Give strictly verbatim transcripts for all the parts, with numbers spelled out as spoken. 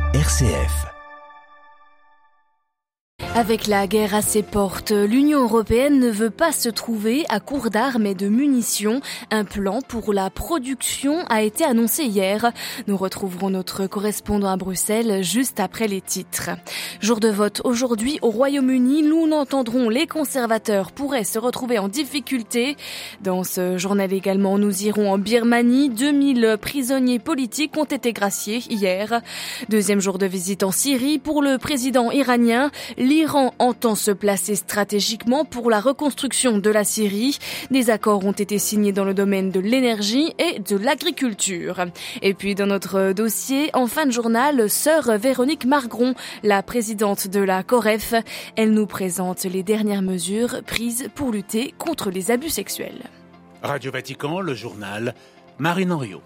R C F. Avec la guerre à ses portes, l'Union européenne ne veut pas se trouver à court d'armes et de munitions. Un plan pour la production a été annoncé hier. Nous retrouverons notre correspondant à Bruxelles juste après les titres. Jour de vote aujourd'hui au Royaume-Uni, nous entendrons les conservateurs pourraient se retrouver en difficulté. Dans ce journal également, nous irons en Birmanie. deux mille prisonniers politiques ont été graciés hier. Deuxième jour de visite en Syrie pour le président iranien. L'Iran entend se placer stratégiquement pour la reconstruction de la Syrie. Des accords ont été signés dans le domaine de l'énergie et de l'agriculture. Et puis dans notre dossier, en fin de journal, sœur Véronique Margron, la présidente de la COREF, elle nous présente les dernières mesures prises pour lutter contre les abus sexuels. Radio Vatican, le journal, Marine Henriot.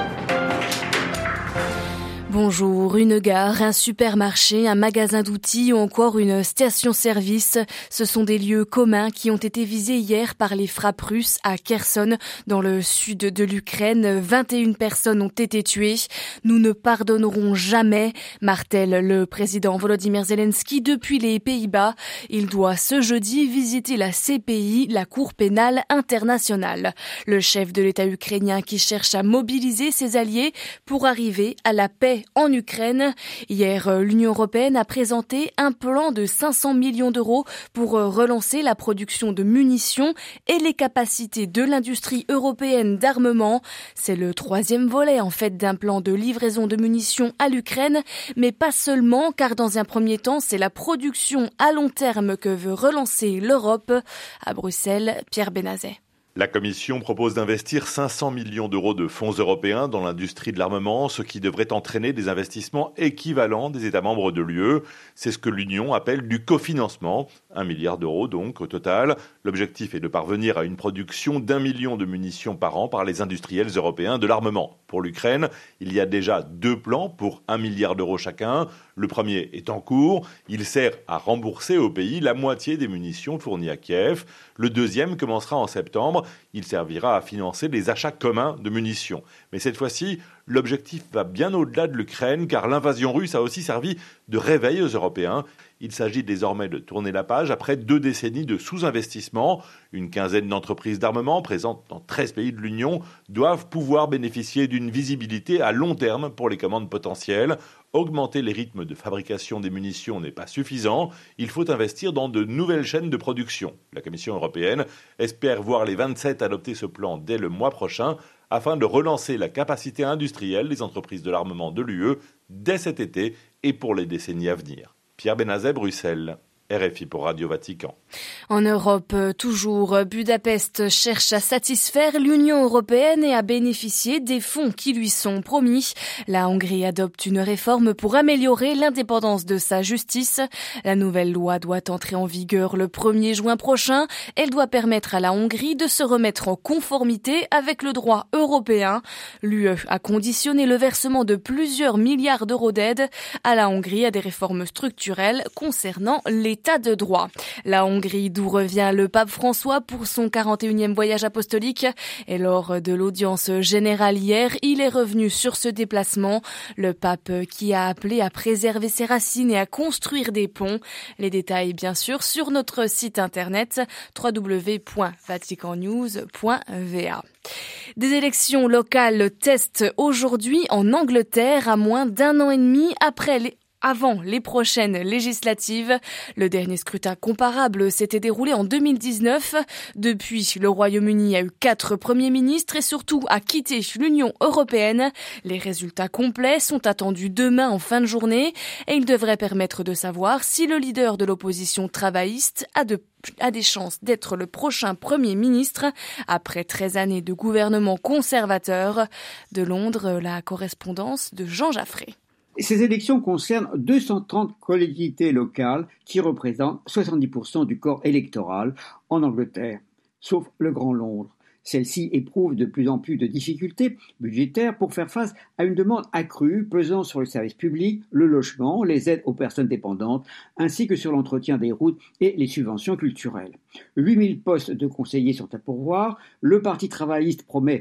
Bonjour, une gare, un supermarché, un magasin d'outils ou encore une station-service. Ce sont des lieux communs qui ont été visés hier par les frappes russes à Kherson, dans le sud de l'Ukraine. vingt et une personnes ont été tuées. Nous ne pardonnerons jamais, martèle le président Volodymyr Zelensky depuis les Pays-Bas. Il doit ce jeudi visiter la C P I, la Cour pénale internationale. Le chef de l'État ukrainien qui cherche à mobiliser ses alliés pour arriver à la paix en Ukraine. Hier, l'Union européenne a présenté un plan de cinq cents millions d'euros pour relancer la production de munitions et les capacités de l'industrie européenne d'armement. C'est le troisième volet en fait d'un plan de livraison de munitions à l'Ukraine, mais pas seulement, car dans un premier temps, c'est la production à long terme que veut relancer l'Europe. À Bruxelles, Pierre Benazet. La Commission propose d'investir cinq cents millions d'euros de fonds européens dans l'industrie de l'armement, ce qui devrait entraîner des investissements équivalents des États membres de l'U E. C'est ce que l'Union appelle du cofinancement, un milliard d'euros donc au total. L'objectif est de parvenir à une production d'un million de munitions par an par les industriels européens de l'armement. Pour l'Ukraine, il y a déjà deux plans pour un milliard d'euros chacun. Le premier est en cours. Il sert à rembourser au pays la moitié des munitions fournies à Kiev. Le deuxième commencera en septembre. Il servira à financer les achats communs de munitions. Mais cette fois-ci, l'objectif va bien au-delà de l'Ukraine, car l'invasion russe a aussi servi de réveil aux Européens. Il s'agit désormais de tourner la page après deux décennies de sous-investissement. Une quinzaine d'entreprises d'armement présentes dans treize pays de l'Union doivent pouvoir bénéficier d'une visibilité à long terme pour les commandes potentielles. Augmenter les rythmes de fabrication des munitions n'est pas suffisant. Il faut investir dans de nouvelles chaînes de production. La Commission européenne espère voir les vingt-sept adopter ce plan dès le mois prochain afin de relancer la capacité industrielle des entreprises de l'armement de l'U E dès cet été et pour les décennies à venir. Pierre Benazet, Bruxelles. R F I pour Radio Vatican. En Europe, toujours, Budapest cherche à satisfaire l'Union européenne et à bénéficier des fonds qui lui sont promis. La Hongrie adopte une réforme pour améliorer l'indépendance de sa justice. La nouvelle loi doit entrer en vigueur le premier juin prochain. Elle doit permettre à la Hongrie de se remettre en conformité avec le droit européen. L'U E a conditionné le versement de plusieurs milliards d'euros d'aide à la Hongrie à des réformes structurelles concernant les État de droit. La Hongrie, d'où revient le pape François pour son quarante et unième voyage apostolique. Et lors de l'audience générale hier, il est revenu sur ce déplacement. Le pape qui a appelé à préserver ses racines et à construire des ponts. Les détails, bien sûr, sur notre site internet w w w point vatican news point v a. Des élections locales testent aujourd'hui en Angleterre à moins d'un an et demi après les Avant les prochaines législatives. Le dernier scrutin comparable s'était déroulé en deux mille dix-neuf. Depuis, le Royaume-Uni a eu quatre premiers ministres et surtout a quitté l'Union européenne. Les résultats complets sont attendus demain en fin de journée et ils devraient permettre de savoir si le leader de l'opposition travailliste a de a des chances d'être le prochain Premier ministre après treize années de gouvernement conservateur. De Londres, la correspondance de Jean Jaffré. Ces élections concernent deux cent trente collectivités locales qui représentent soixante-dix pour cent du corps électoral en Angleterre, sauf le Grand Londres. Celle-ci éprouve de plus en plus de difficultés budgétaires pour faire face à une demande accrue pesant sur le service public, le logement, les aides aux personnes dépendantes, ainsi que sur l'entretien des routes et les subventions culturelles. huit mille postes de conseillers sont à pourvoir. Le Parti travailliste promet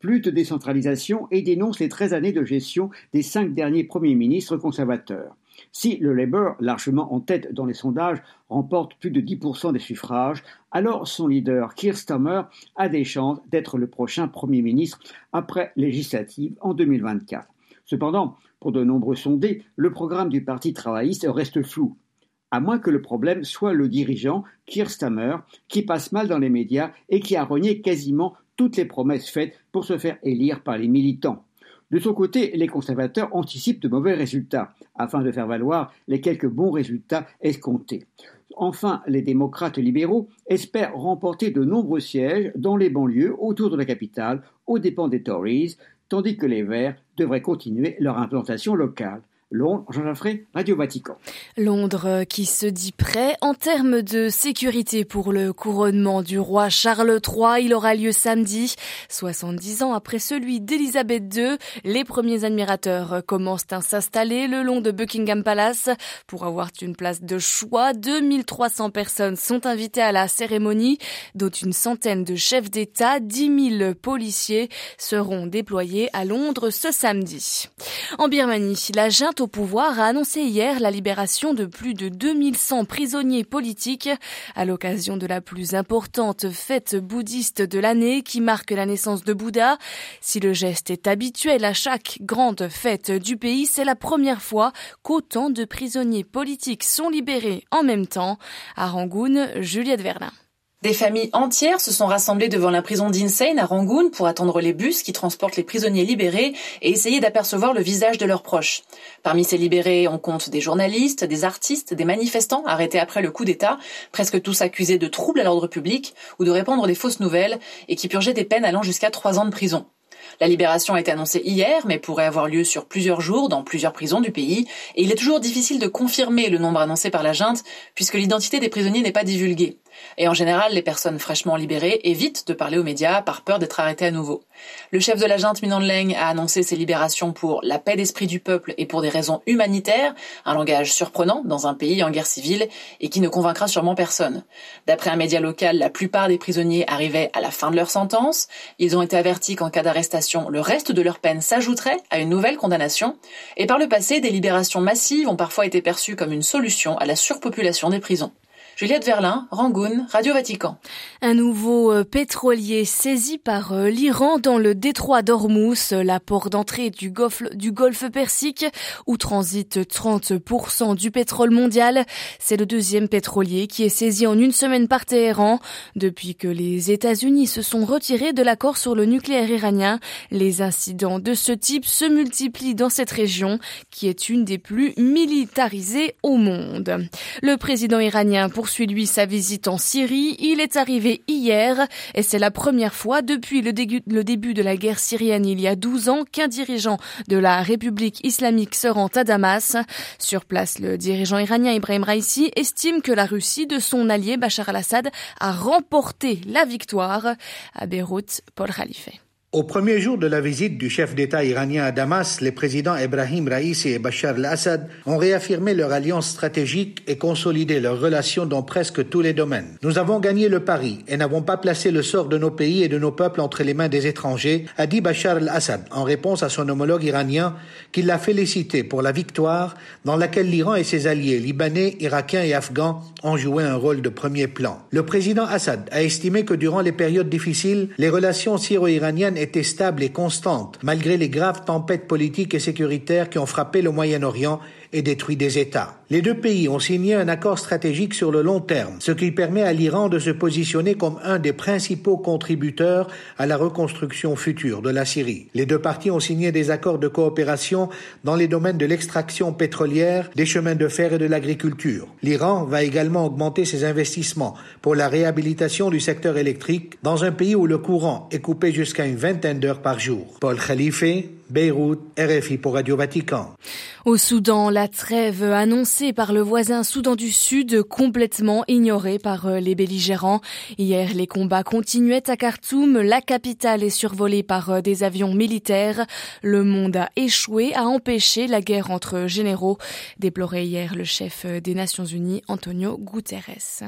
plus de décentralisation et dénonce les treize années de gestion des cinq derniers premiers ministres conservateurs. Si le Labour, largement en tête dans les sondages, remporte plus de dix pour cent des suffrages, alors son leader, Keir Starmer, a des chances d'être le prochain Premier ministre après législative en deux mille vingt-quatre. Cependant, pour de nombreux sondés, le programme du Parti travailliste reste flou, à moins que le problème soit le dirigeant, Keir Starmer, qui passe mal dans les médias et qui a renié quasiment toutes les promesses faites pour se faire élire par les militants. De son côté, les conservateurs anticipent de mauvais résultats, afin de faire valoir les quelques bons résultats escomptés. Enfin, les démocrates libéraux espèrent remporter de nombreux sièges dans les banlieues autour de la capitale, aux dépens des Tories, tandis que les Verts devraient continuer leur implantation locale. Londres, Jean Jaffré, Radio Vatican. Londres qui se dit prêt en termes de sécurité pour le couronnement du roi Charles trois. Il aura lieu samedi, soixante-dix ans après celui d'Élisabeth deux. Les premiers admirateurs commencent à s'installer le long de Buckingham Palace pour avoir une place de choix. deux mille trois cents personnes sont invitées à la cérémonie, dont une centaine de chefs d'État. dix mille policiers seront déployés à Londres ce samedi. En Birmanie, la junte au pouvoir a annoncé hier la libération de plus de deux mille cent prisonniers politiques à l'occasion de la plus importante fête bouddhiste de l'année qui marque la naissance de Bouddha. Si le geste est habituel à chaque grande fête du pays, c'est la première fois qu'autant de prisonniers politiques sont libérés en même temps. À Rangoon, Juliette Verlin. Des familles entières se sont rassemblées devant la prison d'Insein à Rangoon pour attendre les bus qui transportent les prisonniers libérés et essayer d'apercevoir le visage de leurs proches. Parmi ces libérés, on compte des journalistes, des artistes, des manifestants arrêtés après le coup d'État, presque tous accusés de troubles à l'ordre public ou de répandre des fausses nouvelles et qui purgeaient des peines allant jusqu'à trois ans de prison. La libération a été annoncée hier, mais pourrait avoir lieu sur plusieurs jours dans plusieurs prisons du pays, et il est toujours difficile de confirmer le nombre annoncé par la junte, puisque l'identité des prisonniers n'est pas divulguée. Et en général, les personnes fraîchement libérées évitent de parler aux médias par peur d'être arrêtées à nouveau. Le chef de la junte, Min Aung Hlaing, a annoncé ces libérations pour la paix d'esprit du peuple et pour des raisons humanitaires, un langage surprenant dans un pays en guerre civile et qui ne convaincra sûrement personne. D'après un média local, la plupart des prisonniers arrivaient à la fin de leur sentence. Ils ont été avertis qu'en cas d'arrestation, le reste de leur peine s'ajouterait à une nouvelle condamnation. Et par le passé, des libérations massives ont parfois été perçues comme une solution à la surpopulation des prisons. Juliette Verlin, Rangoon, Radio Vatican. Un nouveau euh, pétrolier saisi par euh, l'Iran dans le détroit d'Ormuz, la porte d'entrée du golfe, du golfe Persique, où transite trente pour cent du pétrole mondial. C'est le deuxième pétrolier qui est saisi en une semaine par Téhéran. Depuis que les États-Unis se sont retirés de l'accord sur le nucléaire iranien, les incidents de ce type se multiplient dans cette région, qui est une des plus militarisées au monde. Le président iranien pour poursuit lui sa visite en Syrie. Il est arrivé hier et c'est la première fois depuis le début, le début de la guerre syrienne il y a douze ans qu'un dirigeant de la République islamique se rend à Damas. Sur place, le dirigeant iranien Ibrahim Raïssi estime que la Russie de son allié Bachar al-Assad a remporté la victoire. À Beyrouth, Paul Khalife. Au premier jour de la visite du chef d'État iranien à Damas, les présidents Ibrahim Raïssi et Bachar al-Assad ont réaffirmé leur alliance stratégique et consolidé leurs relations dans presque tous les domaines. Nous avons gagné le pari et n'avons pas placé le sort de nos pays et de nos peuples entre les mains des étrangers, a dit Bachar al-Assad en réponse à son homologue iranien qui l'a félicité pour la victoire dans laquelle l'Iran et ses alliés libanais, irakiens et afghans ont joué un rôle de premier plan. Le président Assad a estimé que durant les périodes difficiles, les relations syro-iraniennes était stable et constante, malgré les graves tempêtes politiques et sécuritaires qui ont frappé le Moyen-Orient et détruit des États. Les deux pays ont signé un accord stratégique sur le long terme, ce qui permet à l'Iran de se positionner comme un des principaux contributeurs à la reconstruction future de la Syrie. Les deux parties ont signé des accords de coopération dans les domaines de l'extraction pétrolière, des chemins de fer et de l'agriculture. L'Iran va également augmenter ses investissements pour la réhabilitation du secteur électrique dans un pays où le courant est coupé jusqu'à une vingtaine d'heures par jour. Paul Khalife, Beyrouth, R F I pour Radio Vatican. Au Soudan, la trêve annoncée par le voisin Soudan du Sud, complètement ignorée par les belligérants. Hier, les combats continuaient à Khartoum. La capitale est survolée par des avions militaires. Le monde a échoué à empêcher la guerre entre généraux, déplorait hier le chef des Nations Unies, Antonio Guterres.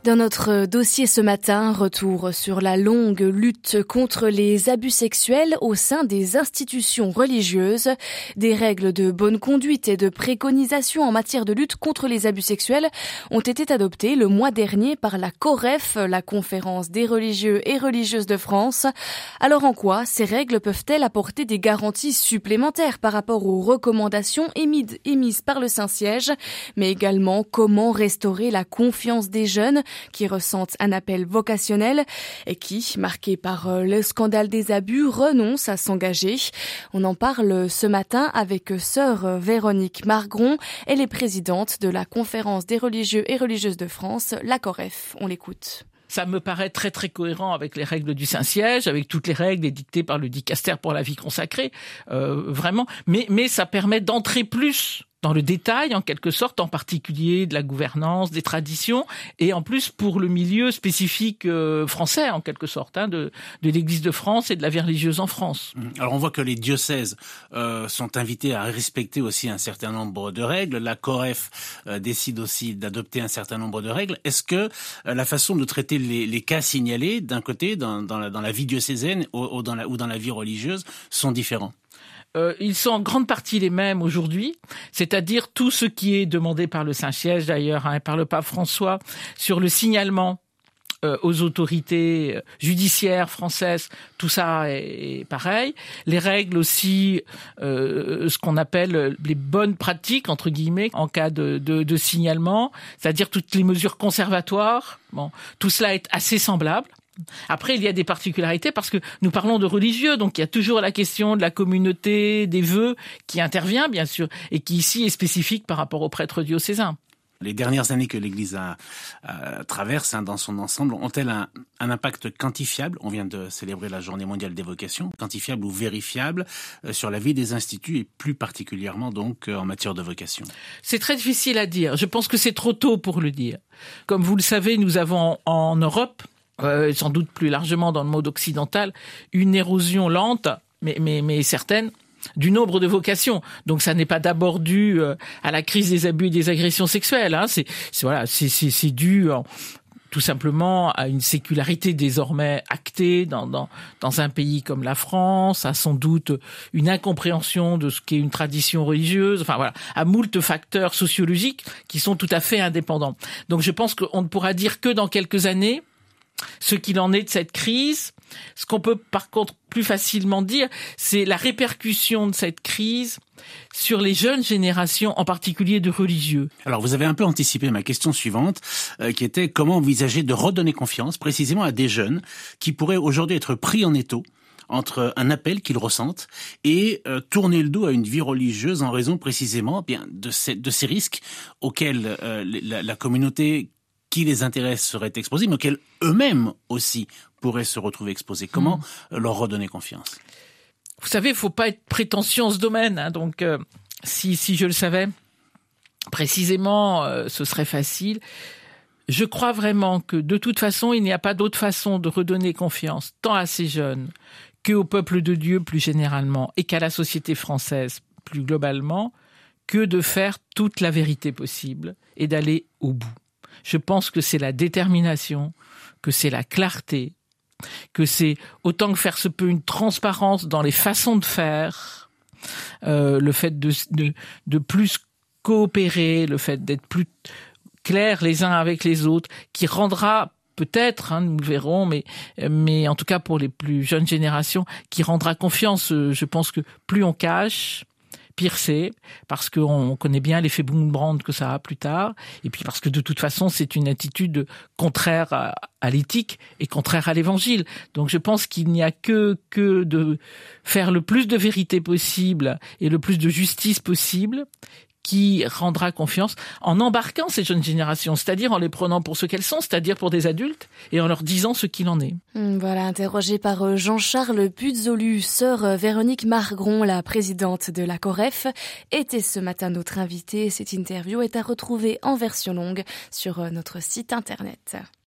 Dans notre dossier ce matin, retour sur la longue lutte contre les abus sexuels au sein des institutions religieuses. Des règles de bonne conduite et de préconisation en matière de lutte contre les abus sexuels ont été adoptées le mois dernier par la COREF, la Conférence des religieux et religieuses de France. Alors en quoi ces règles peuvent-elles apporter des garanties supplémentaires par rapport aux recommandations émises par le Saint-Siège, mais également comment restaurer la confiance des jeunes qui ressentent un appel vocationnel et qui, marqués par le scandale des abus, renoncent à s'engager. On en parle ce matin avec sœur Véronique Margron. Elle est présidente de la Conférence des religieux et religieuses de France, la COREF. On l'écoute. Ça me paraît très très cohérent avec les règles du Saint-Siège, avec toutes les règles édictées par le dicaster pour la vie consacrée, euh, vraiment. Mais, mais ça permet d'entrer plus dans le détail, en quelque sorte, en particulier de la gouvernance, des traditions, et en plus pour le milieu spécifique euh, français, en quelque sorte, hein, de, de l'Église de France et de la vie religieuse en France. Alors on voit que les diocèses euh, sont invités à respecter aussi un certain nombre de règles. La COREF euh, décide aussi d'adopter un certain nombre de règles. Est-ce que euh, la façon de traiter les, les cas signalés, d'un côté, dans, dans, la, dans la vie diocésaine ou, ou, dans la, ou dans la vie religieuse, sont différents ? Euh, ils sont en grande partie les mêmes aujourd'hui, c'est-à-dire tout ce qui est demandé par le Saint-Siège d'ailleurs, hein, et par le pape François, sur le signalement euh, aux autorités judiciaires françaises, tout ça est, est pareil. Les règles aussi, euh, ce qu'on appelle les bonnes pratiques, entre guillemets, en cas de, de, de signalement, c'est-à-dire toutes les mesures conservatoires, bon, tout cela est assez semblable. Après, il y a des particularités parce que nous parlons de religieux, donc il y a toujours la question de la communauté, des vœux qui intervient, bien sûr, et qui ici est spécifique par rapport aux prêtres diocésains. Les dernières années que l'Église a, a, traverse hein, dans son ensemble ont-elles un, un impact quantifiable ? On vient de célébrer la Journée mondiale des vocations, quantifiable ou vérifiable euh, sur la vie des instituts et plus particulièrement donc euh, en matière de vocation. C'est très difficile à dire. Je pense que c'est trop tôt pour le dire. Comme vous le savez, nous avons en, en Europe, Euh, sans doute plus largement dans le monde occidental, une érosion lente, mais, mais, mais certaine, du nombre de vocations. Donc ça n'est pas d'abord dû euh, à la crise des abus et des agressions sexuelles. Hein. C'est, c'est, voilà, c'est, c'est, c'est dû euh, tout simplement à une sécularité désormais actée dans, dans, dans un pays comme la France, à sans doute une incompréhension de ce qu'est une tradition religieuse, enfin voilà, à moult facteurs sociologiques qui sont tout à fait indépendants. Donc je pense qu'on ne pourra dire que dans quelques années ce qu'il en est de cette crise. Ce qu'on peut par contre plus facilement dire, c'est la répercussion de cette crise sur les jeunes générations, en particulier de religieux. Alors vous avez un peu anticipé ma question suivante, euh, qui était comment envisager de redonner confiance précisément à des jeunes qui pourraient aujourd'hui être pris en étau entre un appel qu'ils ressentent et euh, tourner le dos à une vie religieuse en raison précisément eh bien de ces, de ces risques auxquels euh, la, la communauté qui les intéresse seraient exposés, mais auxquels eux-mêmes aussi pourraient se retrouver exposés. Comment mmh. leur redonner confiance ? Vous savez, il ne faut pas être prétentieux en ce domaine. Hein, donc, euh, si, si je le savais précisément, euh, ce serait facile. Je crois vraiment que, de toute façon, il n'y a pas d'autre façon de redonner confiance, tant à ces jeunes qu'au peuple de Dieu plus généralement, et qu'à la société française plus globalement, que de faire toute la vérité possible et d'aller au bout. Je pense que c'est la détermination, que c'est la clarté, que c'est autant que faire se peut une transparence dans les façons de faire, euh, le fait de, de, de plus coopérer, le fait d'être plus clairs les uns avec les autres, qui rendra peut-être, hein, nous le verrons, mais, mais en tout cas pour les plus jeunes générations, qui rendra confiance. Je pense que plus on cache, pire c'est, parce qu'on connaît bien l'effet Wurmbrand que ça a plus tard, et puis parce que de toute façon c'est une attitude contraire à, à l'éthique et contraire à l'évangile. Donc je pense qu'il n'y a que, que de faire le plus de vérité possible et le plus de justice possible qui rendra confiance en embarquant ces jeunes générations, c'est-à-dire en les prenant pour ce qu'elles sont, c'est-à-dire pour des adultes, et en leur disant ce qu'il en est. Voilà, interrogée par Jean-Charles Puzolu, sœur Véronique Margron, la présidente de la COREF, était ce matin notre invitée. Cette interview est à retrouver en version longue sur notre site internet.